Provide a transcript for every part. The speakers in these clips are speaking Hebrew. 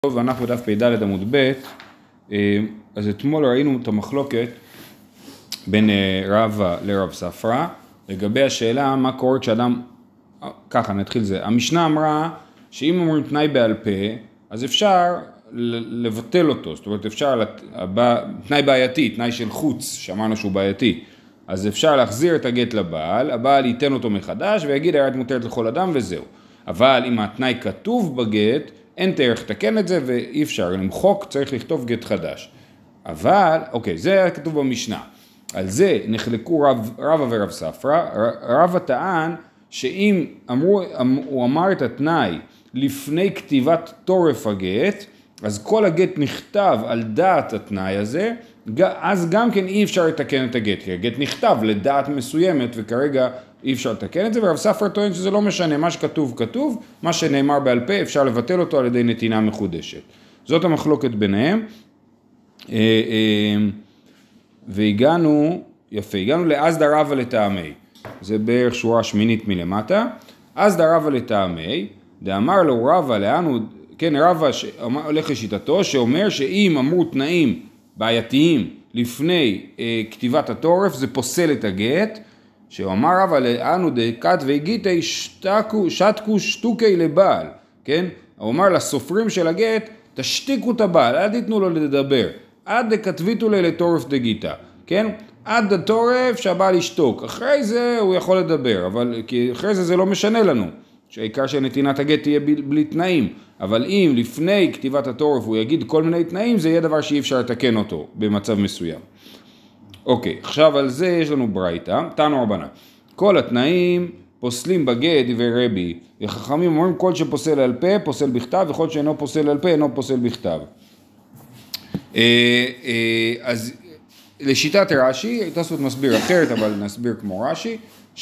טוב, ואנחנו בדף פ"ד עמוד ב', אז אתמול ראינו את המחלוקת בין רבא לרב ספרא, לגבי השאלה מה קורה כשאדם, ככה נתחיל זה, המשנה אמרה שאם אומרים תנאי בעל פה, אז אפשר לבטל אותו, זאת אומרת אפשר, תנאי בעייתי, תנאי של חוץ, שאמרנו שהוא בעייתי, אז אפשר להחזיר את הגט לבעל, הבעל ייתן אותו מחדש ויגיד הרת מותרת לכל אדם וזהו. אבל אם התנאי כתוב בגט, אין דרך לתקן את זה ואי אפשר למחוק, צריך לכתוב גט חדש. אבל, אוקיי, זה היה כתוב במשנה. על זה נחלקו רבא ורב ספרא. רבא טען שאם הוא אמר את התנאי לפני כתיבת תורף הגט, אז כל הגט נכתב על דעת התנאי הזה, אז גם כן אי אפשר לתקן את הגט, כי הגט נכתב לדעת מסוימת וכרגע אי אפשר לתקן את זה, ורב ספרא טוען שזה לא משנה, מה שכתוב כתוב, מה שנאמר בעל פה אפשר לבטל אותו על ידי נתינה מחודשת. זאת המחלוקת ביניהם, והגענו, יפה, הגענו לאזדא רבא לטעמי, זה בערך שורה שמינית מלמטה, אזדא רבא לטעמי, דאמר לו רבא לאן הוא, כן, רבא הולך לשיטתו, שאומר שאם אמרו תנאים בעייתיים לפני כתיבת התורף, זה פוסל את הגט, שאומר רבא לאנו דקת והגיתי שתקו שתוקי לבעל, כן? הוא אמר לסופרים של הגט, תשתיקו את הבעל, אל תיתנו לו לדבר, עד דקתביתו לתורף דגיתה, כן? עד התורף שהבעל ישתוק, אחרי זה הוא יכול לדבר, אבל כי אחרי זה לא משנה לנו, שהעיקר שנתינת הגט תהיה בלי תנאים, אבל אם לפני כתיבת התורף הוא יגיד כל מיני תנאים, זה יהיה דבר שאי אפשר לתקן אותו במצב מסוים. אוקיי, עכשיו על זה יש לנו ברייתא, תנו רבנן. כל התנאים פוסלים בגט דברי רבי, וחכמים אומרים כל שפוסל על פה פוסל בכתב, וכל שאינו פוסל על פה אינו פוסל בכתב. אז לשיטת רש"י, תוספות מסביר אחרת, אבל נסביר כמו רש"י,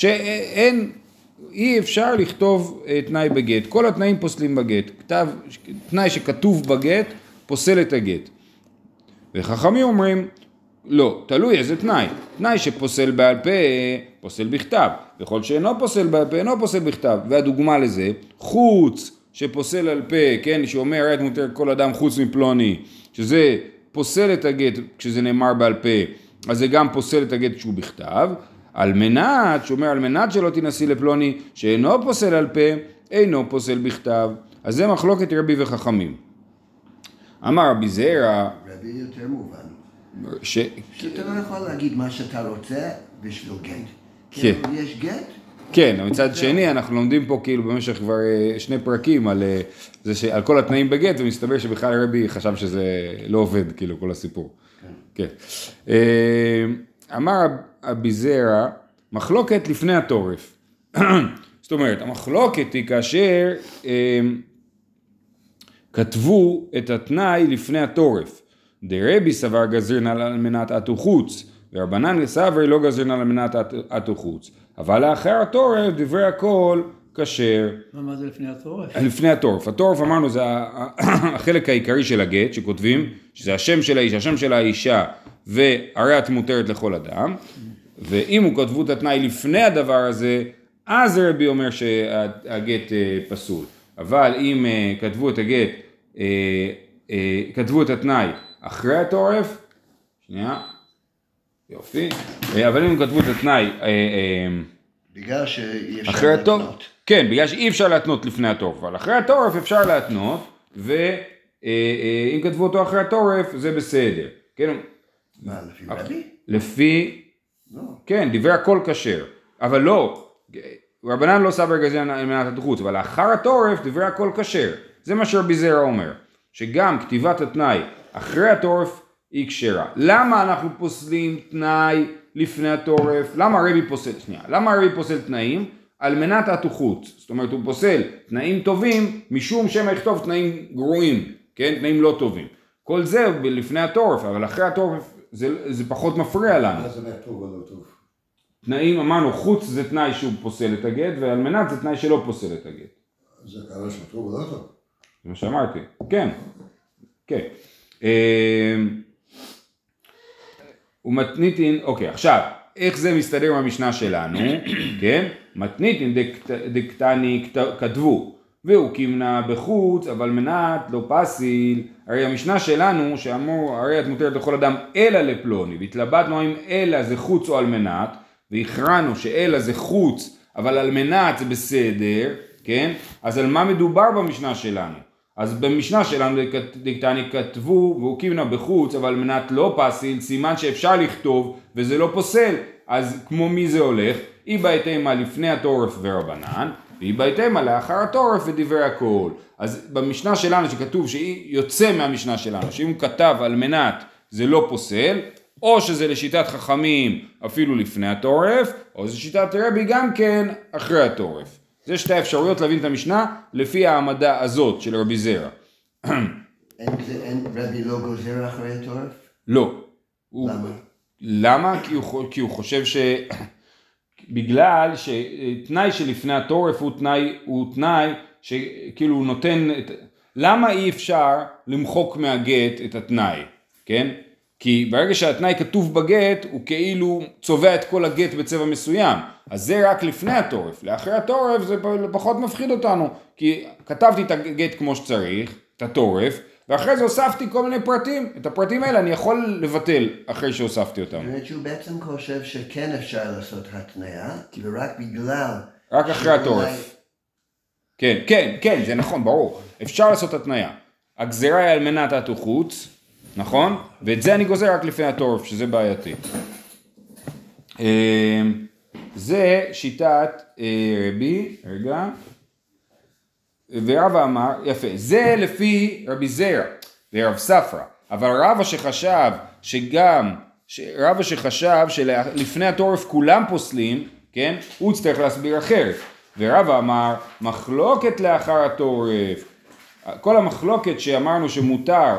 אי אפשר לכתוב תנאי בגט, כל התנאים פוסלים בגט, תנאי שכתוב בגט פוסל את הגט. וחכמים אומרים, לא, תלוי איזה תנאי, תנאי שפוסל בעל פה, פוסל בכתב, וכל שאינו פוסל בעל פה, אינו פוסל בכתב, והדוגמה לזה, חוץ שפוסל על פה, כן, שאומר הרת מותרת כל אדם חוץ מפלוני, שזה פוסל את הגט כשזה נאמר בעל פה, אז זה גם פוסל את הגט כשהוא בכתב, על מנת, שאומר על מנת שלא תנסי לפלוני, שאינו פוסל על פה, אינו פוסל בכתב, אז זה מחלוקת רבי וחכמים. אמר רבי זרע, רבי יותר מובן. שאתה לא יכול להגיד מה שאתה רוצה בשביל גט. כן. יש גט? כן, מצד שני אנחנו לומדים פה כאילו במשך כבר 2 פרקים על כל התנאים בגט, ומסתבר שבכלל רבי חשב שזה לא עובד כאילו כל הסיפור. כן. אמר רבי זרע, מחלוקת לפני התורף. זאת אומרת, המחלוקת היא כאשר כתבו את התנאי לפני התורף. דרבי סבר גזרין על מנת עטו חוץ, ורבנן סבר לא גזרין על מנת עטו חוץ. אבל לאחר התורף דברי הכל כשר. מה זה לפני התורף? לפני התורף. התורף אמרנו זה החלק העיקרי של הגט שכותבים, שזה השם של האיש, השם של האישה, והרת מותרת לכל אדם. ואם הוא כתבו את התנאי לפני הדבר הזה, אז רבי אומר שהגט פסול. אבל אם כתבו את הגט, כתבו את התנאי אחרי התורף, שנייה, יופי, אבל אם כתבו את התנאי, בגלל שאי אפשר להתנות. כן, בגלל שאי אפשר להתנות לפני התורף, אבל אחרי התורף אפשר להתנות, ואם כתבו אותו אחרי התורף, זה בסדר. כן? מה, לפי רבי? לפי, לא. כן, דברי הכל כשר, אבל לא, רבנן לא סבר גזרין על מנת עטו חוץ, אבל אחר התורף דברי הכל כשר. זה מה שרבי זרע אומר, שגם כתיבת התנאי אחרי התורף היא כשרה. למה אנחנו פוסלים תנאי לפני התורף? למה רבי פוסל תנאים? על מנת עטו חוץ. זאת אומרת, הוא פוסל תנאים טובים, משום שמה יכתוב תנאים גרועים, כן? תנאים לא טובים. כל זה לפני התורף, אבל אחרי התורף זה פחות מפריע לנו. מה זה טוב ולא טוב? תנאים, אמרנו, חוץ זה תנאי שהוא פוסל את הגט, ועל מנת זה תנאי שלא פוסל את הגט. זה קרה שטוב ולא טוב? זה מה שאמרתי, כן. כן. ומתניתין, אוקיי, עכשיו, איך זה מסתדר עם המשנה שלנו, כן? מתניתין דקטני כתבו, והוא קימנה בחוץ, אבל מנת לא פסיל. הרי המשנה שלנו שאמרו, הרי את מותרת לכל אדם אלא לפלוני, והתלבטנו האם אלא זה חוץ או על מנת, והכרענו שאלא זה חוץ, אבל על מנת זה בסדר, כן? אז על מה מדובר במשנה שלנו? אז במשנה שלנו דקתני כתבו, והוא קימנה בחוץ, אבל על מנת לא פסיל, סימן שאפשר לכתוב, וזה לא פוסל. אז כמו מי זה הולך? היא בהתאמה לפני התורף ורבנן, והיא בהתאמה לאחר התורף ודברי הכל. אז במשנה שלנו שכתוב שהיא יוצא מהמשנה שלנו, שאם הוא כתב על מנת זה לא פוסל, או שזה לשיטת חכמים אפילו לפני התורף, או זה שיטת רבי גם כן אחרי התורף. זה שתי אפשרויות להבין את המשנה לפי העמדה הזאת של רבי זרע. אין רבי לא גוזר אחרי התורף? לא. למה? למה? כי הוא חושב בגלל שתנאי שלפני התורף הוא תנאי שכאילו הוא נותן, למה אי אפשר למחוק מהגט את התנאי, כן? כי ברגע שהתנאי כתוב בגט הוא כאילו צובע את כל הגט בצבע מסוים, אז זה רק לפני התורף, לאחרי התורף זה פחות מפחיד אותנו, כי כתבתי את הגט כמו שצריך, את התורף, ואחרי זה הוספתי כל מיני פרטים, את הפרטים האלה אני יכול לבטל אחרי שהוספתי אותם. זאת אומרת שהוא בעצם חושב שכן אפשר לעשות התניה, ורק בגלל... רק אחרי התורף. כן, זה נכון, ברור. אפשר לעשות התניה. הגזירה היא על מנת התחוץ, נכון? ואת זה אני גוזר רק לפני התורף, שזה בעייתי. זה שיטת רבי, רגע. ורבא אמר, יפה, זה לפי רבי זרע ורב ספרא, אבל רבא שחשב שלפני התורף כולם פוסלים, כן? הוא צריך להסביר אחרת. ורבא אמר, מחלוקת לאחר התורף, כל המחלוקת שאמרנו שמותר,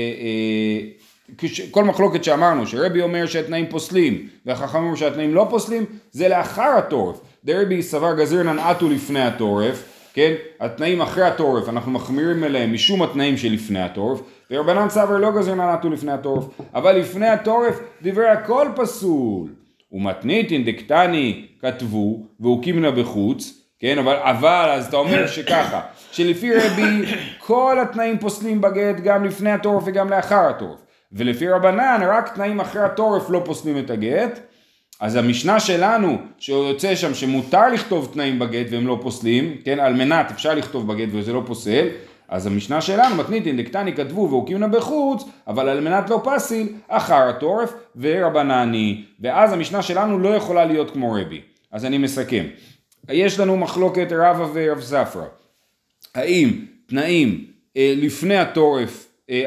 כל מחלוקת שאמרנו שרבי אומר שהתנאים פוסלים והחכמים אומר שהתנאים לא פוסלים, זה לאחר התורף. דרבי סבר גזירנן עטו לפני התורף, כן? התנאים אחרי התורף אנחנו מחמירים אליהם משום התנאים שלפני התורף, ורבנן סבר לא גזירנן עטו לפני התורף, אבל לפני התורף דברי הכל פסול. ומתניתין דקתני כתבו והוא קימנה בחוץ, כן? אבל אז אתה אומר שככה, שלפי רבי כל התנאים פוסלים בגט גם לפני התורף וגם לאחר התורף, ולפי רבנן רק תנאים אחרי התורף לא פוסלים את הגט. אז המשנה שלנו שהוא יוצא שם שמותר לכתוב תנאים בגט והם לא פוסלים, כן? על מנת אפשר לכתוב בגט וזה לא פוסל, אז המשנה שלנו מתניתין דקתני כתבו והוא קימנה בחוץ, אבל על מנת לא פסיל אחר התורף ורבנני, ואז המשנה שלנו לא יכולה להיות כמו רבי. אז אני מסכם, יש לנו מחלוקת רבא ורב ספרא, האם תנאים לפני התורף,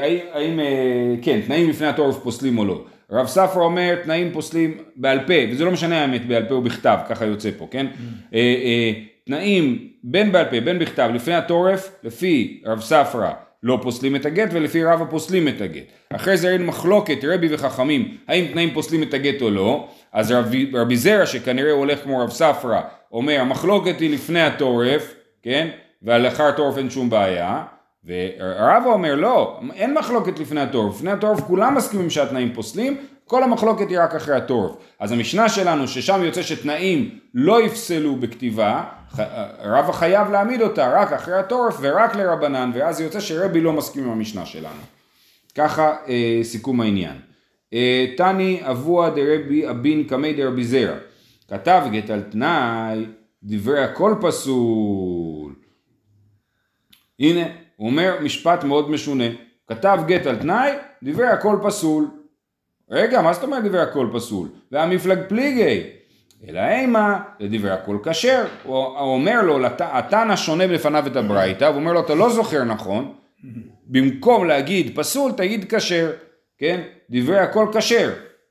תנאים לפני התורף פוסלים או לא. רב ספרא אומר תנאים פוסלים בעל פה, וזה לא משנה האמת בעל פה או בכתב, ככה יוצא פה, כן? תנאים בין בעל פה בין בכתב לפני התורף, לפי רב ספרא לא פוסלים את הגט, ולפי רבא פוסלים את הגט. אחרי זה אין מחלוקת רבי וחכמים, האם תנאים פוסלים את הגט או לא, אז רבי זרע שכנראה הולך כמו רב ספרא, אומר המחלוקת היא לפני התורף, כן? ולאחר התורף אין שום בעיה, ורבא אומר לא, אין מחלוקת לפני התורף, לפני התורף כולם מסכימים שהתנאים פוסלים, כל המחלוקת היא רק אחרי התורף. אז המשנה שלנו ששם יוצא שתנאים לא יפסלו בכתיבה, רבא חייב להעמיד אותה רק אחרי התורף ורק לרבנן, ואז יוצא שרבי לא מסכים עם המשנה שלנו. ככה סיכום העניין. תני אבוה דרבי אבין קמי דרבי זרע, כתב גט על תנאי דברי הכל פסול. הנה, הוא אומר משפט מאוד משונה, כתב גט על תנאי, דברי הכל פסול. רגע, מה זאת אומרת דברי הכל פסול? והמפלג פליגי, אלא אימה, לדברי הכל כשר. הוא אומר לו, התנא שונה לפניו את הברייתא, הוא אומר לו, אתה לא זוכר נכון, במקום להגיד פסול, תגיד כשר, כן? דברי הכל כשר.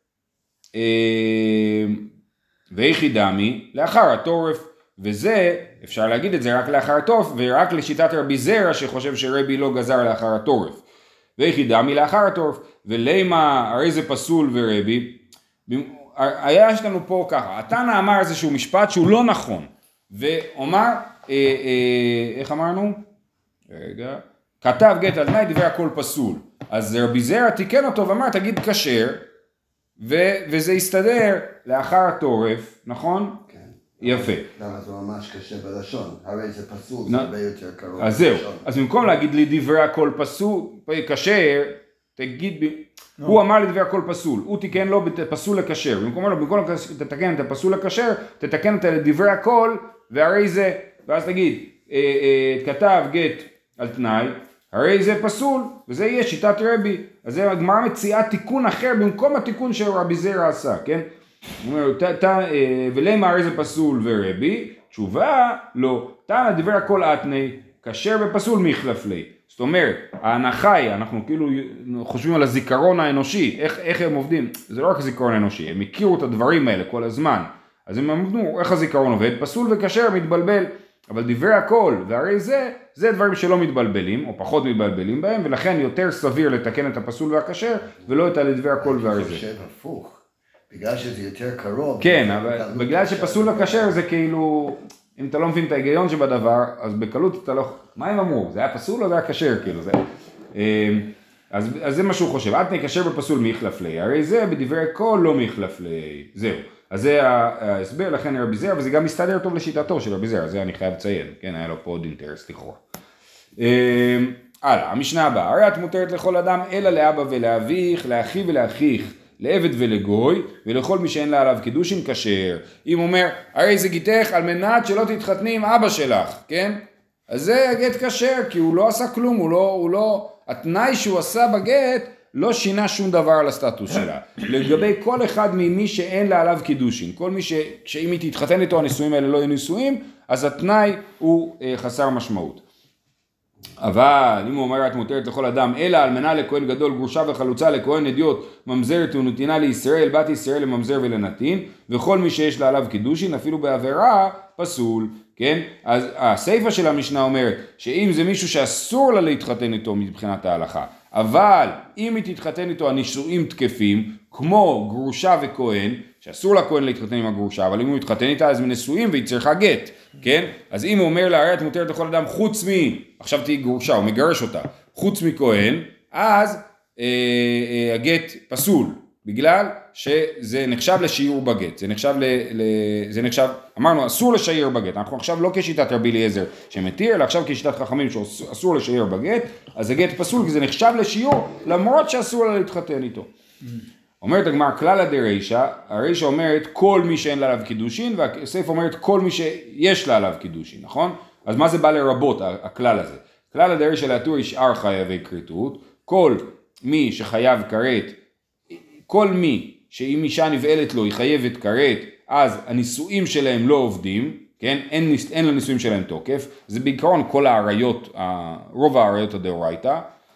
ואיכי דמי, לאחר התורף. וזה, אפשר להגיד את זה רק לאחר התורף, ורק לשיטת רבי זרע שחושב שרבי לא גזר לאחר התורף. ואיכי דמי לאחר התורף, ולמה הרי זה פסול ורבי, היה יש לנו פה ככה, התנא אמר איזשהו משפט שהוא לא נכון, ואומר, איך אמרנו? רגע, כתב גט על תנאי דברי הכל פסול, אז רבי זרע תיקן אותו ואמר תגיד כשר, וזה יסתדר לאחר התורף, נכון? כן. יפה. למה זה ממש קשה בלשון? הרי זה פסול, זה הרבה יותר קרוב. אז זהו, אז במקום להגיד לי דברי הכל פסול, כשר, תגיד, הוא אמר לי דברי הכל פסול, הוא תיקן לו פסול לקשר, במקום תתקן את הפסול לקשר, תתקן את דברי הכל, והרי זה, ואז תגיד, כתב גט על תנאי, הרי זה פסול, וזה יהיה שיטת רבי, אז זה הגמרא מציעה תיקון אחר במקום התיקון שרבי זרע עשה, כן? הוא אומר, ולמה הרי זה פסול ורבי? תשובה, לא, תנא דברי הכל אתני, כשר ופסול מחלף לי. זאת אומרת, ההנחה היא, אנחנו כאילו חושבים על הזיכרון האנושי, איך הם עובדים, זה לא רק הזיכרון האנושי, הם הכירו את הדברים האלה כל הזמן, אז הם אמרו, איך הזיכרון עובד? פסול וכשר מתבלבל, אבל דברי הכל, והרי זה דברים שלא מתבלבלים, או פחות מתבלבלים בהם, ולכן יותר סביר לתקן את הפסול והכשר, ולא את הדברי הכל והרי זה. אני חושב הפוך, בגלל שזה יותר קרוב. כן, אבל בגלל שפסול וכשר זה כאילו, אם אתה לא מבין את ההיגיון שבדבר, אז בקלות אתה לא, מה הם אמרו? זה היה פסול או זה היה כשר? כאילו, זה... אז זה מה שהוא חושב, אתני כשר בפסול מחלף לי, הרי זה בדברי הכל לא מחלף לי, זהו. אז זה ההסבר, לכן רבי זרע, וזה גם מסתדר טוב לשיטתו של רבי זרע, זה אני חייב לציין, כן, היה לו פה עוד אינטרס לכאורה. הלאה, המשנה הבאה, הרי את מותרת לכל אדם, אלא לאבא ולאביך, לאחי ולאחיך, לעבד ולגוי, ולכל מי שאין לה עליו קידושין כשר. אם אומר, הרי זה גיתך על מנת שלא תתחתני עם אבא שלך, כן? אז זה הגט כשר, כי הוא לא עשה כלום, הוא לא, התנאי שהוא עשה בגט, לא שינה שום דבר על הסטטוס שלה. לגבי כל אחד ממי שאין לה עליו קידושין, כל מי שאם היא תתחתן איתו, הנישואים האלה לא יהיו נישואים, אז התנאי הוא חסר משמעות. אבל אם הוא אומר את מותרת לכל אדם, אלא אלמנה לכהן גדול, גרושה וחלוצה לכהן אדיוט, ממזרת ונתינה לישראל, בת ישראל לממזר ולנתין, וכל מי שיש לה עליו קידושין, אפילו בעבירה, פסול, כן? אז הסיפה של המשנה אומרת, שאם זה מישהו שאסור לה להתחתן איתו מבחינת ההלכה, אבל אם היא תתחתן איתו הנישואים תקפים, כמו גרושה וכהן, שאסור לכהן להתחתן עם הגרושה, אבל אם הוא מתחתן איתה אז מנשואים והיא צריכה גט, כן? אז אם הוא אומר לה, הרי את מותרת לכל אדם חוץ עכשיו תהי גרושה, הוא מגרש אותה, חוץ מכהן, אז הגט פסול, בגלל שזה נחשב לשיעור בגט, זה נחשב, אמרנו אסור לשיעור בגט, אנחנו עכשיו לא כשיטת רבי אליעזר שמתיר, אלא עכשיו כשיטת חכמים שאסור לשיעור בגט, אז הגט פסול כי זה נחשב לשיעור, למרות שאסור לה להתחתן איתו. אומרת הגמרא כלל דרישא, הרישא אומרת כל מי שאין לה עליו קידושין, והסייף אומרת כל מי שיש לה עליו קידושין, נכון? אז מה זה בא לרבות הכלל הזה? כלל דרישא להתור ישאר חייבי כריתות, כל מי שחייב כרת, כל מי שאם אישה נבעלת לו היא חייבת כרת, אז הנישואים שלהם לא עובדים, כן? אין לנישואים שלהם תוקף, זה בעיקרון כל העריות, רוב העריות הדאורייתא,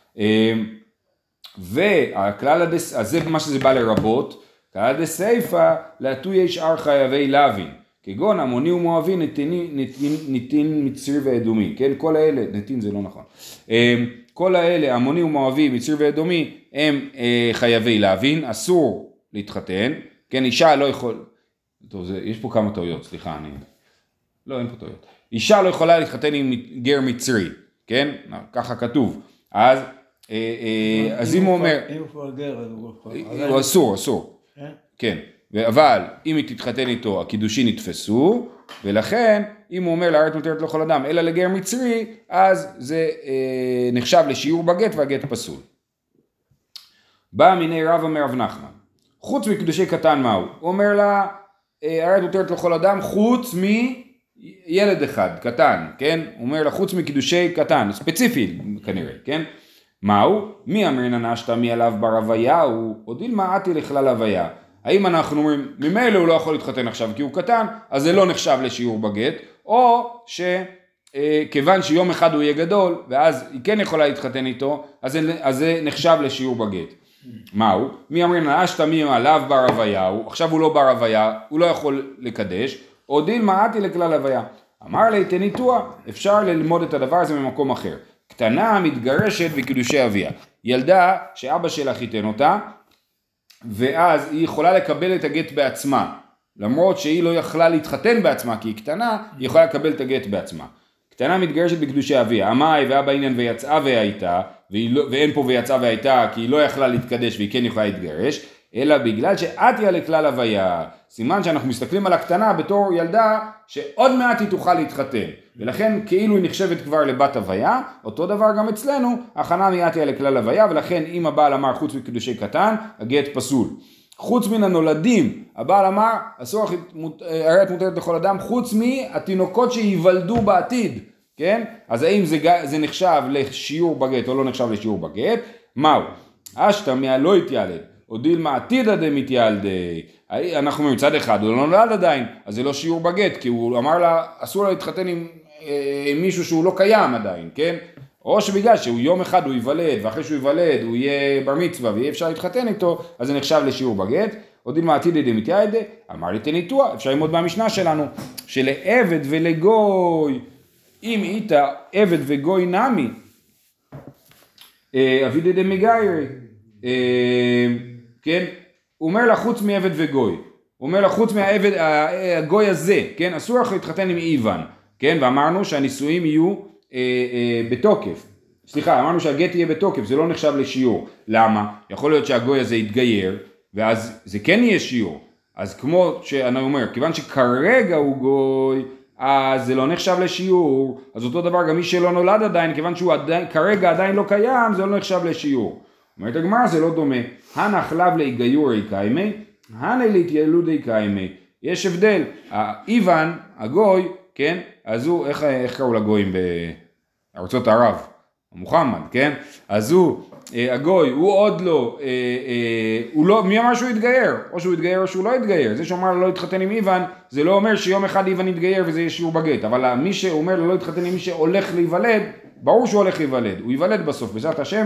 והכלל אז זה מה שזה בא לרבות, כלל דסייפא להתוי ישאר חייבי לוין, כגון עמוני ומואבי נתין מצרי ואדומי, כן? כל האלה, נתין זה לא נכון, כל האלה, עמוני ומואבי, מצרי ואדומי, הם חייבי לוין, אסור להתחתן, כן? אישה לא יכול, טוב, יש פה כמה טעויות, סליחה, לא, אין פה טעויות, אישה לא יכולה להתחתן עם גר מצרי, כן? ככה כתוב, אז אם הוא אומר, אם הוא כבר גר, הוא אסור, כן, אבל אם היא תתחתן איתו, הקידושין יתפסו, ולכן אם הוא אומר להרת מותרת לכל אדם, אלא לגר מצרי, אז זה נחשב לשיעור בגט והגט פסול. בא מיני רבא מרב נחמן, חוץ מקידושי קטן מהו? הוא אומר לה, להרת מותרת לכל אדם, חוץ מילד אחד, קטן, כן? הוא אומר לה, חוץ מקידושי קטן, ספציפי כנראה, כן? מהו? מי אמרינן אשתא מי עליו ברוויה הוא, או דילמה עתי לכלל הוויה. האם אנחנו אומרים, ממילא הוא לא יכול להתחתן עכשיו כי הוא קטן, אז זה לא נחשב לשיעור בגט, או שכיוון שיום אחד הוא יהיה גדול, ואז היא כן יכולה להתחתן איתו, אז זה נחשב לשיעור בגט. מהו? מי אמרינן אשתא מי עליו ברוויה הוא, עכשיו הוא לא ברוויה, הוא לא יכול לקדש, או דילמה עתי לכלל הוויה. אמר לי תניתוע, אפשר ללמוד את הדבר הזה ממקום אחר. קטנה מתגרשת בקידושי אביה, ילדה שאבא שלה חיתן אותה, ואז היא יכולה לקבל את הגט בעצמה, למרות שהיא לא יכלה להתחתן בעצמה, כי היא קטנה, היא יכולה לקבל את הגט בעצמה. קטנה מתגרשת בקידושי אביה, אמאי ואבא עניין ויצאה והייתה, ואין פה ויצאה והייתה, כי היא לא יכלה להתקדש והיא כן יכולה להתגרש, אלא בגלל שעתיה לכלל הוויה, סימן שאנחנו מסתכלים על הקטנה בתור ילדה שעוד מעט היא תוכל להתחתן, ולכן כאילו היא נחשבת כבר לבת הוויה, אותו דבר גם אצלנו, הכנה מעתיה לכלל הוויה, ולכן אם הבעל אמר חוץ מקידושי קטן, הגט פסול. חוץ מן הנולדים, הבעל אמר, הראיית מותרת לכל אדם, חוץ מהתינוקות שיוולדו בעתיד, כן? אז האם זה נחשב לשיעור בגט או לא נחשב לשיעור בגט? מהו? אשתמיה לא התיילד, או דילמה עתידא דמתיילדי. אנחנו מצד אחד, הוא לא נולד עדיין, אז זה לא שיעור בגט, כי הוא אמר לה, אסור לה להתחתן עם מישהו שהוא לא קיים עדיין, כן? או שבגלל שהוא יום אחד הוא ייוולד, ואחרי שהוא ייוולד הוא יהיה בר מצווה, ויהיה אפשר להתחתן איתו, אז זה נחשב לשיעור בגט. או דילמה עתידא דמתיילדי, אמר לי תניתוח, אפשר ללמוד מהמשנה שלנו, שלעבד ולגוי, אם איתה עבד וגוי נמי, אבידא דמגיירי, כן? הוא אומר לה חוץ מעבד וגוי, הוא אומר לה חוץ מהעבד, הגוי הזה, כן? אסור לך להתחתן עם איוון, כן? ואמרנו שהנישואים יהיו בתוקף, סליחה, אמרנו שהגט יהיה בתוקף, זה לא נחשב לשיעור, למה? יכול להיות שהגוי הזה יתגייר, ואז זה כן יהיה שיעור, אז כמו שאני אומר, כיוון שכרגע הוא גוי, אז זה לא נחשב לשיעור, אז אותו דבר גם מי שלא נולד עדיין, כיוון שהוא כרגע עדיין לא קיים, זה לא נחשב לשיעור. אומרת הגמרא, זה לא דומה. הנחלב להיגיורי קיימי, הנה להתיילודי קיימי. יש הבדל, האיוון, הגוי, כן, אז הוא, איך קראו לגויים בארצות ערב? מוחמד, כן? אז הוא, הגוי, הוא עוד לא, הוא לא, מי אמר שהוא יתגייר? או שהוא יתגייר או שהוא לא יתגייר. זה שאומר לו לא יתחתן עם איוון, זה לא אומר שיום אחד איוון יתגייר וזה יהיה שיעור בגט. אבל מי שאומר לו לא יתחתן עם מי שהולך להיוולד, ברור שהוא הולך להיוולד. הוא ייוולד בסוף, בעזרת השם,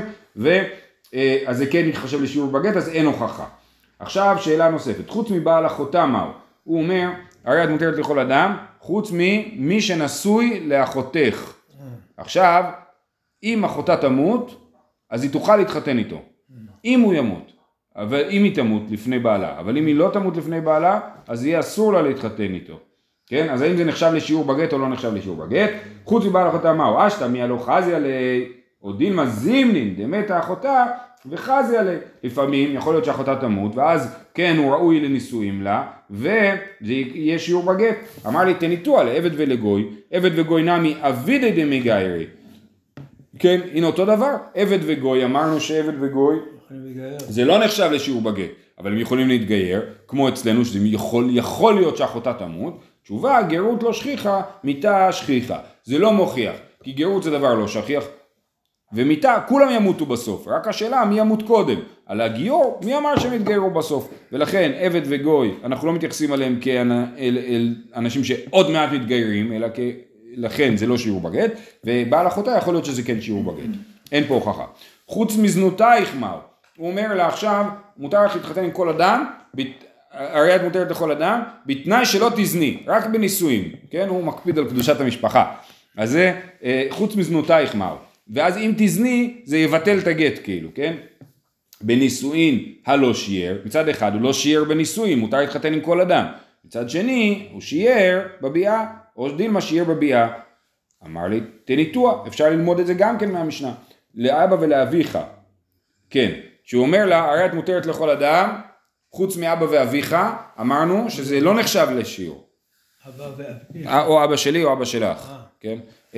אז זה כן יתחשב לשיעור בגט, אז אין הוכחה. עכשיו שאלה נוספת, חוץ מבעל אחותה מהו? הוא אומר, הרי את מותרת לכל אדם, חוץ ממי שנשוי לאחותך. עכשיו, אם אחותה תמות, אז היא תוכל להתחתן איתו. אם הוא ימות, אבל אם היא תמות לפני בעלה, אבל אם היא לא תמות לפני בעלה, אז יהיה אסור לה להתחתן איתו. כן? אז האם זה נחשב לשיעור בגט או לא נחשב לשיעור בגט? חוץ מבעל אחותה מהו? אשתמיה לא חזיה או דילמה זימנין דמת האחותה וחזיה לפעמים יכול להיות שאחותה תמות, ואז כן הוא ראוי לנישואים לה, וזה יהיה שיעור בגט. אמר לי תניתוח לעבד ולגוי, עבד וגוי נמי אבידא דמגיירי. כן, הנה אותו דבר, עבד וגוי, אמרנו שעבד וגוי זה לא נחשב לשיעור בגט, אבל הם יכולים להתגייר, כמו אצלנו שזה יכול להיות שאחותה תמות. תשובה, גרות לא שכיחה, מיתה שכיחה. זה לא מוכיח, כי גרות זה דבר לא שכיח, ומיתה כולם ימותו בסוף, רק השאלה מי ימות קודם. על הגיור, מי אמר שהם יתגיירו בסוף? ולכן עבד וגוי, אנחנו לא מתייחסים עליהם כאנשים שעוד מעט מתגיירים, אלא לכן זה לא שיעור בגט, ובעל אחותה יכול להיות שזה כן שיעור בגט. אין פה הוכחה. חוץ מזנותייך מהו? הוא אומר לה עכשיו, מותר לך להתחתן עם כל אדם, הרי את מותרת לכל אדם, בתנאי שלא תזני, רק בנישואים, כן? הוא מקפיד על קדושת המשפחה. אז זה חוץ מזנותייך מהו? ואז אם תזני, זה יבטל את הגט כאילו, כן? בנישואין הלא שיער, מצד אחד הוא לא שיער בנישואין, מותר להתחתן עם כל אדם. מצד שני, הוא שיער בביאה, או דילמה שיער בביאה. אמר לי, תניתוח, אפשר ללמוד את זה גם כן מהמשנה. לאבא ולאביך, כן, שהוא אומר לה, הרי את מותרת לכל אדם, חוץ מאבא ואביך, אמרנו שזה לא נחשב לשיעור. אבא ואביך. או אבא שלי או אבא שלך, כן?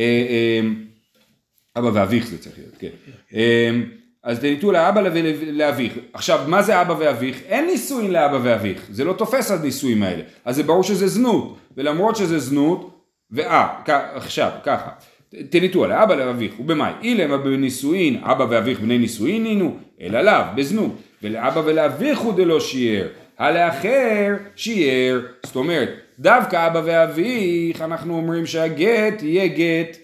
אבא ואביך זה צריך להיות, כן. אז תניתו לאבא ולאביך. עכשיו, מה זה אבא ואביך? אין נישואין לאבא ואביך. זה לא תופס על נישואים האלה. אז זה ברור שזה זנות. ולמרות שזה זנות, עכשיו, ככה. תניתו לאבא ולאביך. ובמאי? אילמה בנישואין, אבא ואביך בני נישואין נינו, אלא לאו, בזנות. ולאבא ולאביך הוא דלא שיער. הלאחר שיער. זאת אומרת, דווקא אבא ואביך, אנחנו אומרים שהגט יהיה גט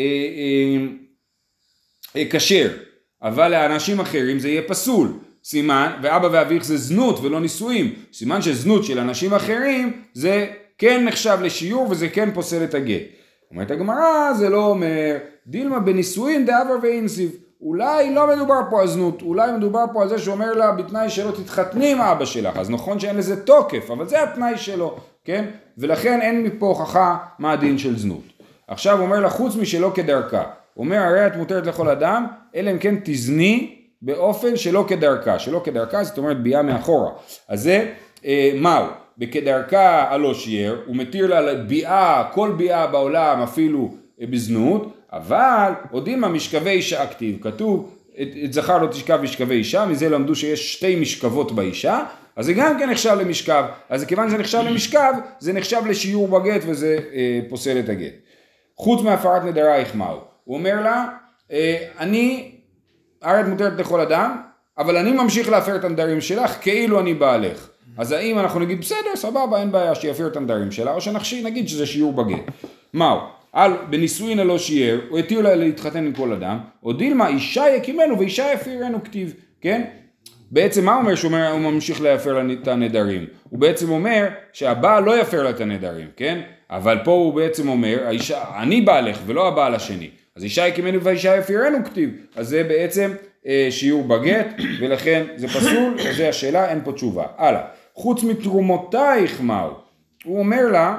כשר. אבל לאנשים אחרים זה יהיה פסול, סימן, ואבא ואביך זה זנות ולא נישואים, סימן שזנות של אנשים אחרים זה כן נחשב לשיעור וזה כן פוסל את הגט. אומרת הגמרא, זה לא אומר, דילמה בנישואים דאבר ואינסיב, אולי לא מדובר פה על זנות, אולי מדובר פה על זה שאומר לה בתנאי שלא תתחתני עם אבא שלך, אז נכון שאין לזה תוקף, אבל זה התנאי שלו, כן? ולכן אין מפה הוכחה מה הדין של זנות. עכשיו אומר לה חוץ משלא כדרכה, אומר הרי את מותרת לכל אדם, אלא אם כן תזני באופן שלא כדרכה, שלא כדרכה זאת אומרת ביאה מאחורה, אז זה מהו? בכדרכה הלא שיער, הוא מתיר לה ביאה, כל ביאה בעולם אפילו בזנות, אבל עודים המשכבי אישה אקטיב, כתוב את זכר לא תשכב משכבי אישה, מזה למדו שיש 2 משכבות באישה, אז זה גם כן נחשב למשכב, אז כיוון שזה נחשב למשכב, זה נחשב לשיעור בגט וזה פוסל את הגט. חוץ מהפרת נדרייך מהו? הוא אומר לה, אני, הארץ מותרת לכל אדם, אבל אני ממשיך להפר את הנדרים שלך כאילו אני בעלך. אז האם אנחנו נגיד בסדר, סבבה, אין בעיה שיפר את הנדרים שלה, או נגיד שזה שיעור בגט. מהו? בנישואין הלא שיער, הוא התיר לה להתחתן עם כל אדם, או דילמה, אישה יקימנו ואישה יפירנו כתיב, כן? בעצם מה הוא אומר שהוא ממשיך להפר את הנדרים? הוא בעצם אומר שהבעל לא יפר לה את הנדרים, כן? אבל פה הוא בעצם אומר, האישה, אני בעלך ולא הבעל השני, אז אישה יקימנו ואישה יפירנו כתיב, אז זה בעצם שיעור בגט, ולכן זה פסול, וזה השאלה, אין פה תשובה. הלאה, חוץ מתרומותייך מהו? הוא אומר לה,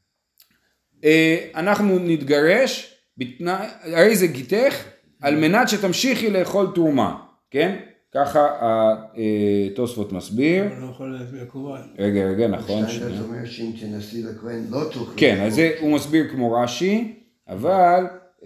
אנחנו נתגרש, הרי זה גיתך, על מנת שתמשיכי לאכול תרומה, כן? ככה תוספות מסביר. לא יכול להסביר כמובן. רגע, נכון. שטיינזלץ אומר שאם תנסי לכהן לא תוכל. כן, אז זה הוא מסביר כמו רש"י, אבל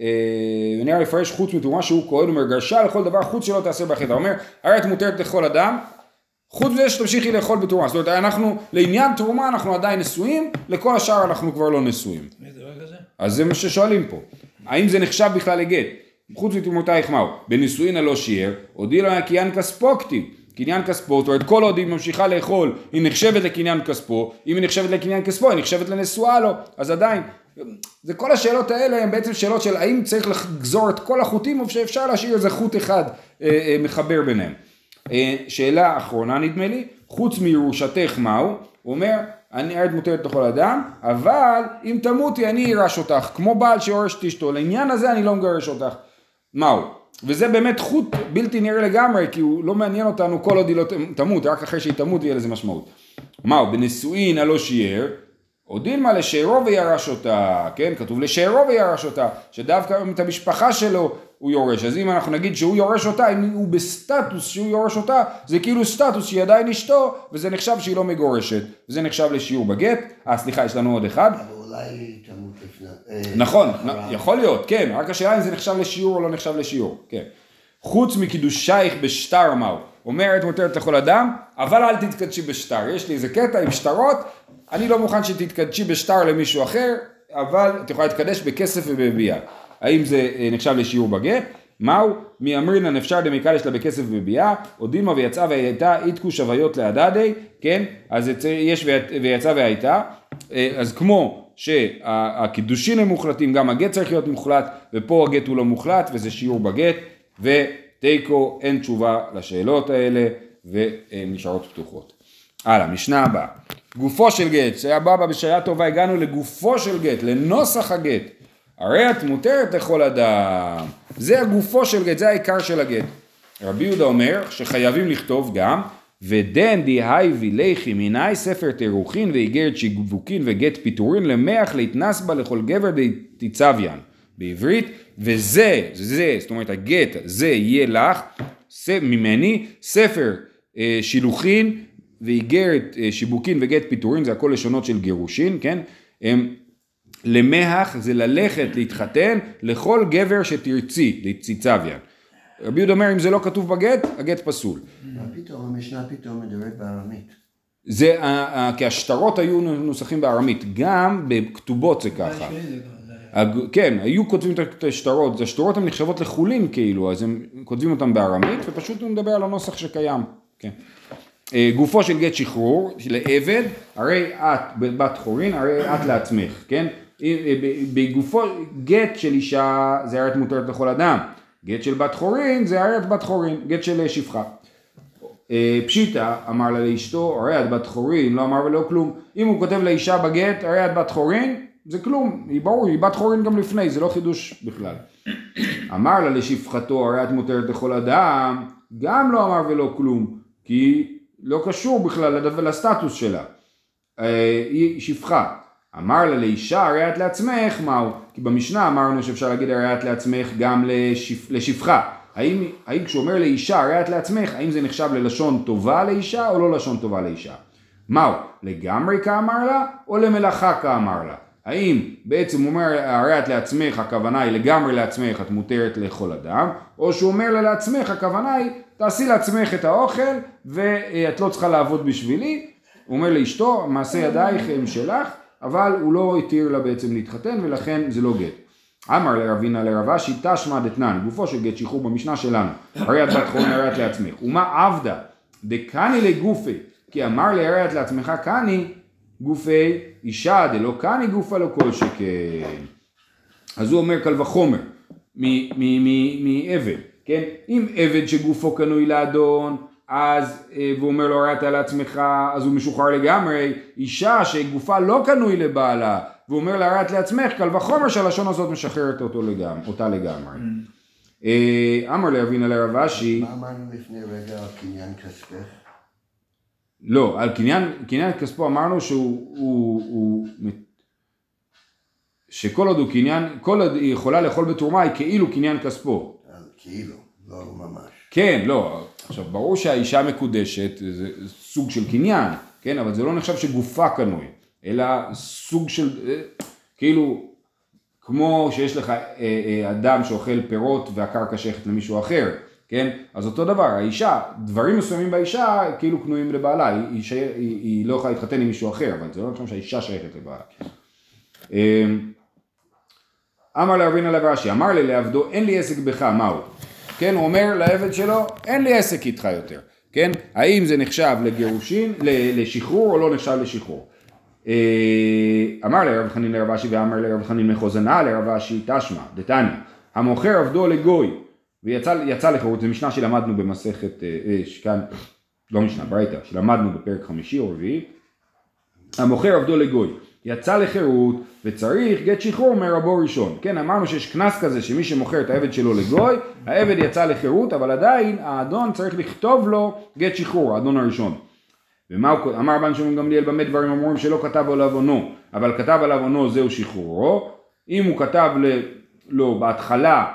נראה לפרש חוץ מתרומה שהוא כהן ומרגשה לכל דבר חוץ שלא תעשה בחטא. הוא אומר, הרי את מותרת לכל אדם, חוץ מזה שתמשיכי לאכול בתרומה. זאת אומרת, אנחנו, לעניין תרומה אנחנו עדיין נשואים, לכל השאר אנחנו כבר לא נשואים. אז זה מה ששואלים פה. האם זה נחשב בכלל לגט? חוץ מתרומותייך מהו? בנישואין הלא שיער, הודיע לה קניין כספו כתיב. קניין כספו, זאת אומרת, כל עוד היא ממשיכה לאכול, היא נחשבת לקניין כספו, אם היא נחשבת לקניין כספו, היא נחשבת לנשואה לו, אז עדיין. זה כל השאלות האלה הן בעצם שאלות של האם צריך לגזור את כל החוטים, או שאפשר להשאיר איזה חוט אחד מחבר ביניהם. שאלה אחרונה נדמה לי, חוץ מירושתך מהו? הוא אומר, אני ארץ מותרת לכל אדם, אבל אם תמותי אני אירש אותך, כמו בעל שיורש את אשתו, לעניין הזה אני לא מגרש אותך. מהו? וזה באמת חוט בלתי נראה לגמרי, כי הוא לא מעניין אותנו כל עוד היא לא תמות, רק אחרי שהיא תמות יהיה לזה משמעות. מהו? בנישואין הלא שיער, הודיל מה לשארו וירש אותה, כן? כתוב לשארו וירש אותה, שדווקא את המשפחה שלו הוא יורש. אז אם אנחנו נגיד שהוא יורש אותה, אם הוא בסטטוס שהוא יורש אותה, זה כאילו סטטוס שהיא עדיין אשתו, וזה נחשב שהיא לא מגורשת, וזה נחשב לשיעור בגט. סליחה, יש לנו עוד אחד. אבל אולי היא תמות לפני. נכון, יכול להיות, כן, רק השאלה אם זה נחשב לשיעור או לא נחשב לשיעור, כן. חוץ מקידושייך בשטר מהו? אומרת מותרת לכל אדם, אבל אל תתקדשי בשטר. יש לי איזה קטע עם שטרות, אני לא מוכן שתתקדשי בשטר למישהו אחר, אבל את יכולה להתקדש בכסף ובביאה. האם זה נחשב לשיעור בגט? מהו? מי אמרינן אפשר דמיקדש לה בכסף ובביאה, או דימה ויצאה והייתה, איתקו שוויות להדדי, כן? אז יש ויצאה והייתה, אז כמו שהקידושין הם מוחלטים, גם הגט צריך להיות מוחלט, ופה הגט הוא לא מוחלט, וזה שיעור בגט, ותיקו אין תשובה לשאלות האלה, והן נשארות פתוחות. הלאה, משנה הבאה. גופו של גט, שהיה בא בשעה טובה, הגענו לגופו של גט, לנוסח הגט. הרי את מותרת לכל אדם. זה הגופו של גט, זה העיקר של הגט. רבי יהודה אומר שחייבים לכתוב גם, ודן די הייבי לכי מיני ספר תירוכין ואיגרת שיווקין וגט פיטורין למח להתנס בה לכל גבר די תיצביין. בעברית, וזה, זאת אומרת הגט, זה יהיה לך, ממני, ספר שילוחין ואיגרת שיבוקין וגט פיטורין, זה הכל לשונות של גירושין, כן? למח זה ללכת להתחתן לכל גבר שתרצי, לציצביין. רבי יהודה אומר, אם זה לא כתוב בגט, הגט פסול. פתאום, המשנה פתאום מדברת בארמית. זה, כי השטרות היו נוסחים בארמית, גם בכתובות זה ככה. כן, היו כותבים את השטרות, השטרות הן נחשבות לחולין כאילו, אז הם כותבים אותם בארמית, ופשוט הוא מדבר על הנוסח שקיים. כן. גופו של גט שחרור, לעבד, הרי את בת חורין, הרי את לעצמך, כן? בגופו, גט של אישה זה הרי את מותרת לכל אדם, גט של בת חורין זה הרי את בת חורין, גט של שפחה. פשיטה אמר לה לאשתו, הרי את בת חורין, לא אמר ולא כלום. אם הוא כותב לאישה בגט, הרי את בת חורין, זה כלום, היא ברור, היא בת חורין גם לפני, זה לא חידוש בכלל. אמר לה לשפחתו, הרי את מותרת לכל אדם, גם לא אמר ולא כלום, כי לא קשור בכלל לסטטוס שלה. היא שפחה. אמר לה לאישה, הרי את לעצמך, מהו? כי במשנה אמרנו שאפשר להגיד הרי את לעצמך גם לשפחה. האם כשהוא אומר לאישה, הרי את לעצמך, האם זה נחשב ללשון טובה לאישה או לא לשון טובה לאישה? מהו? לגמרי כאמר לה או למלאכה כאמר לה? האם בעצם הוא אומר, הרי את לעצמך, הכוונה היא לגמרי לעצמך, את מותרת לכל אדם, או שהוא אומר לה לעצמך, הכוונה היא, תעשי לעצמך את האוכל, ואת לא צריכה לעבוד בשבילי. הוא אומר לאשתו, מעשה ידייך הם שלך, אבל הוא לא התיר לה בעצם להתחתן, ולכן זה לא גט. אמר לרבינה לרב אשי, תשמע דתנן, גופו של גט שחרור במשנה שלנו, הרי את בת חורין, הרי את לעצמך. ומה עבדה? דקני לגופי, כי אמר לי, הרי את לעצמך קני, גופי אישה, דלא קני גופה לא כל שכן. אז הוא אומר קל וחומר, מעבד, כן? אם עבד שגופו קנוי לאדון, אז, והוא אומר לו, הרי אתה לעצמך, אז הוא משוחרר לגמרי. אישה שגופה לא קנוי לבעלה, והוא אומר לה, הרי את לעצמך, קל וחומר שהלשון הזאת משחררת אותה לגמרי. אמר לרבינה לרב אשי, מה אמרנו לפני רגע על קניין כספך? לא, על קניין כספו אמרנו שכל עוד הוא קניין, כל עוד היא יכולה לאכול בתרומה היא כאילו קניין כספו. כאילו, לא ממש. כן, לא, עכשיו ברור שהאישה מקודשת זה סוג של קניין, כן, אבל זה לא נחשב שגופה קנוי, אלא סוג של, כאילו, כמו שיש לך אדם שאוכל פירות והקרקע שייכת למישהו אחר, כן, אז אותו דבר, האישה, דברים מסוימים באישה כאילו קנויים לבעלה, היא לא יכולה להתחתן עם מישהו אחר, אבל זה לא נחשב שהאישה שייכת לבעלה. אמר לרבינה לרב אשי, אמר לי לעבדו, אין לי עסק בך, מהו? כן, הוא אומר לעבד שלו, אין לי עסק איתך יותר, כן? האם זה נחשב לגירושין, לשחרור או לא נחשב לשחרור? אמר לרב חנין לרב אשי ואמר לרב חנין מחוזנה לרב אשי תשמע, דתניא, המוכר עבדו לגוי, ויצא לחירות, זה משנה שלמדנו במסכת, כאן, לא משנה, ברייתא, שלמדנו בפרק 5 או 4, המוכר עבדו לגוי, יצא לחירות וצריך גט שחרור מרבו ראשון. כן, אמרנו שיש כנס כזה שמי שמוכר את העבד שלו לגוי, העבד יצא לחירות, אבל עדיין האדון צריך לכתוב לו גט שחרור, האדון הראשון. ומה אמר בן שמעון גמליאל במה דברים אמורים שלא כתב עליו עונו, אבל כתב עליו עונו זהו שחרורו. אם הוא כתב לו בהתחלה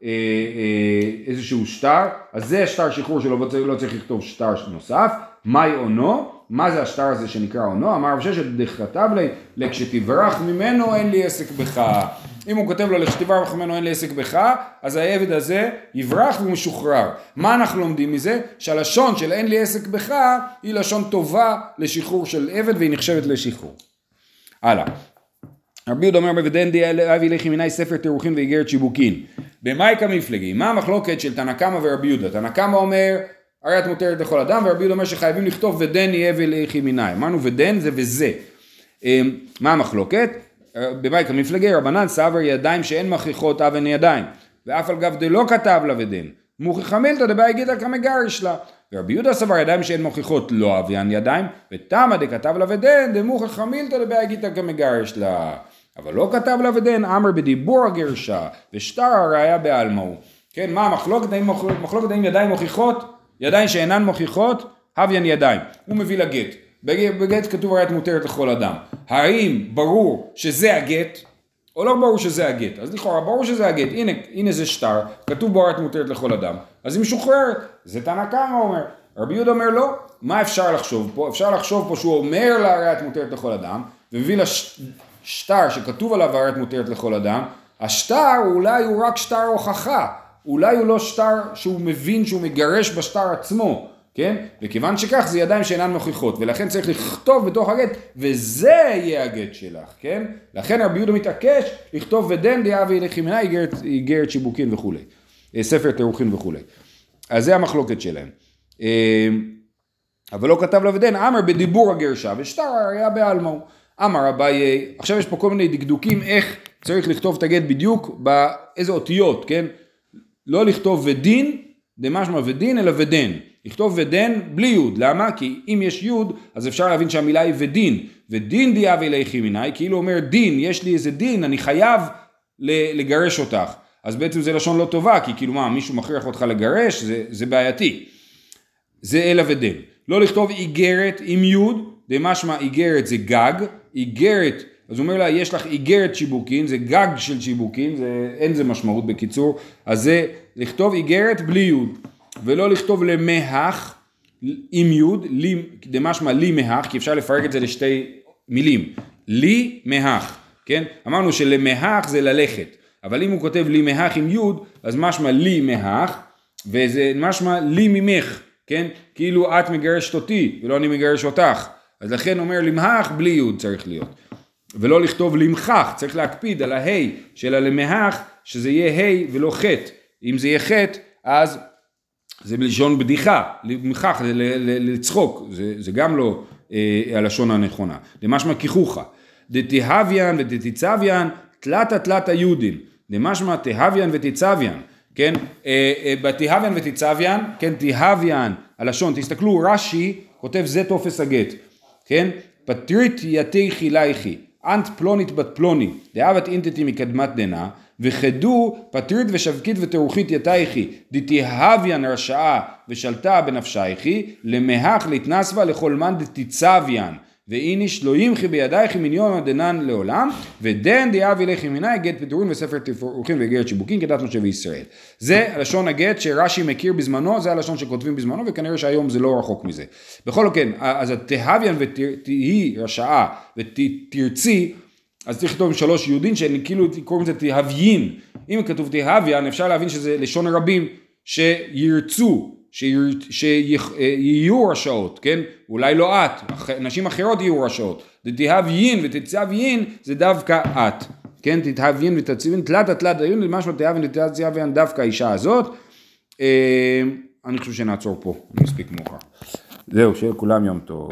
איזשהו שטר, אז זה השטר שחרור שלו, לא צריך לכתוב שטר נוסף. מהי עונו? מה זה השטר הזה שנקרא עונו? אמר רב ששת דכתב לי, כשתברח ממנו אין לי עסק בך. אם הוא כותב לו לכשתברח ממנו אין לי עסק בך, אז העבד הזה יברח והוא משוחרר. מה אנחנו לומדים מזה? שהלשון של אין לי עסק בך היא לשון טובה לשחרור של עבד והיא נחשבת לשחרור. הלאה. רבי יהודה אומר בבדן די אבי לכי מיני ספר תירוכין ואיגרת שיבוקין. במאי כמפלגי, מה המחלוקת של תנא קמא ורבי יהודה? תנא קמא אומר הרי את מותרת לכל אדם, ורבי יהודה אומר שחייבים לכתוב ודן יהיה ולכי מיני. אמרנו ודן זה וזה. מה המחלוקת? במאי כמפלגי רבנן סבר ידיים שאין מכריחות אבן ידיים, ואף על גב דלא כתב לה ודן. מוכיח מילתא דבאי גיתא כמגרש לה. ורבי יהודה סבר ידיים שאין מוכיחות לא אבן ידיים, ותמה דכתב לה ודן דמוכיח מילתא דבאי גיתא כמגרש לה. אבל לא כתב לה ודן, אמר בדיבור הגרשה, ושטר הראיה בעלמאו. כן, מה המחלוקת? מחלוקת האם ידיים מוכיחות? ידיים שאינן מוכיחות, הוויין ידיים. הוא מביא לגט. בגט כתוב הרי את מותרת לכל אדם. האם ברור שזה הגט, או לא ברור שזה הגט? אז לכאורה ברור שזה הגט. הנה זה שטר, כתוב בו הרי את מותרת לכל אדם. אז היא משוחררת. זה תנא קמא אומר. רבי יהודה אומר לא. מה אפשר לחשוב פה? אפשר לחשוב פה שהוא אומר לה הרי את מותרת לכל אדם, ומביא לה שטר שכתוב עליו הרי את מותרת לכל אדם. השטר אולי הוא רק שטר הוכחה. אולי הוא לא שטר שהוא מבין שהוא מגרש בשטר עצמו, כן? וכיוון שכך זה ידיים שאינן מוכיחות, ולכן צריך לכתוב בתוך הגט, וזה יהיה הגט שלך, כן? לכן רבי יהודה מתעקש לכתוב ודן דיאבי לכי מיני איגרת שיבוקין וכו', ספר תירוכין וכו'. אז זה המחלוקת שלהם. אבל לא כתב לה ודן, אמר בדיבור הגרשה, ושטר הראיה בעלמאו. אמר אביי, עכשיו יש פה כל מיני דקדוקים איך צריך לכתוב את הגט בדיוק באיזה אותיות, כן? לא לכתוב ודין, דמשמע ודין, אלא ודן. לכתוב ודן בלי יוד. למה? כי אם יש יוד, אז אפשר להבין שהמילה היא ודין. ודין דיאבי לכי מיני, כאילו אומר דין, יש לי איזה דין, אני חייב לגרש אותך. אז בעצם זה לשון לא טובה, כי כאילו מה, מישהו מכריח אותך לגרש, זה בעייתי. זה אלא ודן. לא לכתוב איגרת עם יוד, דמשמע איגרת זה גג, איגרת אז הוא אומר לה, יש לך איגרת שיבוקין, זה גג של שיבוקין, אין זה משמעות בקיצור, אז זה לכתוב איגרת בלי יוד, ולא לכתוב למהך עם יוד, דמשמע לי מהך, כי אפשר לפרק את זה לשתי מילים, לי מהך, כן? אמרנו שלמהך זה ללכת, אבל אם הוא כותב לי מהך עם יוד, אז משמע לי מהך, וזה משמע לי ממך, כן? כאילו את מגרשת אותי, ולא אני מגרש אותך, אז לכן אומר למהך בלי יוד צריך להיות, ולא לכתוב למחך, צריך להקפיד על ההי של הלמהך, שזה יהיה הי ולא חטא, אם זה יהיה חטא, אז זה בלשון בדיחה, למחך, לצחוק, זה גם לא הלשון הנכונה, דמשמע כיחוכה, דתיהביין ודתיצביין, תלתה יודין, דמשמע תיהביין ותיצביין, כן, בתיהביין ותיצביין, כן, תיהביין, הלשון, תסתכלו, רש"י כותב זה תופס הגט, כן, פטרית יתי חילייכי, אנט פלונית בת פלוני, דאבת אינטתי מקדמת דנה, וחדו פטרית ושבקית ותרוחית יתייכי, דתיהביין רשעה ושלטה בנפשייכי, למהך להתנסבה לכל מן דתיצביין, ואיניש לא ימחי בידייכי מניון דנן לעולם, ודן דיאבי לכי מיני גט פטורים וספר תפרוחים וגרת שיבוקין כדת משה וישראל. זה הלשון הגט שרש"י מכיר בזמנו, זה הלשון שכותבים בזמנו, וכנראה שהיום זה לא רחוק מזה. בכל אופן, אז תהביין ותהי רשעה ותרצי, אז צריך לכתוב 3 יהודין שכאילו קוראים לזה תהביין. אם כתוב תהביין, אפשר להבין שזה לשון רבים שירצו, שיהיו רשעות, כן? אולי לא את, נשים אחרות יהיו רשעות. תהביין ותצביין זה דווקא את, כן? תהביין ותצביין, תלת דיון, למשהו תהביין ותצביין דווקא האישה הזאת. אני חושב שנעצור פה, מספיק מאוחר. זהו, שיהיה לכולם יום טוב.